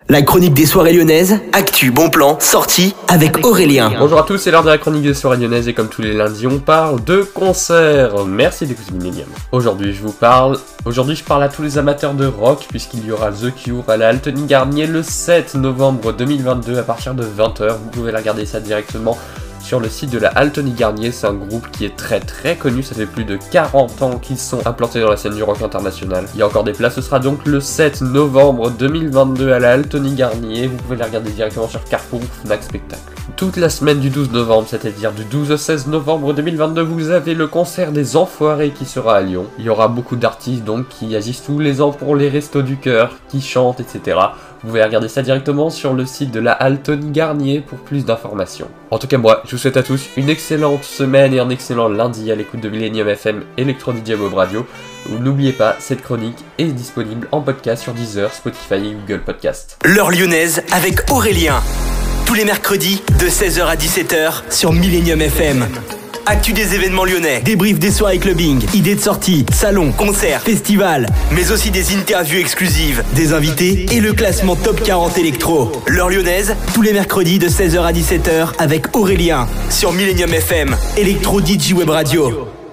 La chronique des soirées lyonnaises, actu, bon plan, sortie avec Aurélien. Bonjour à tous, c'est l'heure de la chronique des soirées lyonnaises et comme tous les lundis on parle de concerts. Merci d'écouter Millennium. Aujourd'hui je parle à tous les amateurs de rock puisqu'il y aura The Cure à la Altony Garnier le 7 novembre 2022 à partir de 20h. Vous pouvez regarder ça directement sur le site de la Altony Garnier. C'est un groupe qui est très connu, ça fait plus de 40 ans qu'ils sont implantés dans la scène du rock international. Il y a encore des places, ce sera donc le 7 novembre 2022 à la Altony Garnier. Vous pouvez les regarder directement sur Carrefour ou Fnac Spectacle. Toute la semaine du 12 novembre, c'est-à-dire du 12 au 16 novembre 2022, vous avez le concert des Enfoirés qui sera à Lyon. Il y aura beaucoup d'artistes donc qui agissent tous les ans pour les Restos du Cœur, qui chantent, etc. Vous pouvez regarder ça directement sur le site de la Altony Garnier pour plus d'informations. En tout cas moi, je vous souhaite à tous une excellente semaine et un excellent lundi à l'écoute de Millennium FM Electro DJ Bob Radio. N'oubliez pas, cette chronique est disponible en podcast sur Deezer, Spotify et Google Podcast. L'heure lyonnaise avec Aurélien. Tous les mercredis de 16h à 17h sur Millennium FM. Actu des événements lyonnais, débrief des soirées clubbing, idées de sortie, salons, concerts, festivals, mais aussi des interviews exclusives, des invités et le classement Top 40 électro. L'heure lyonnaise, tous les mercredis de 16h à 17h avec Aurélien sur Millennium FM, Electro DJ Web Radio.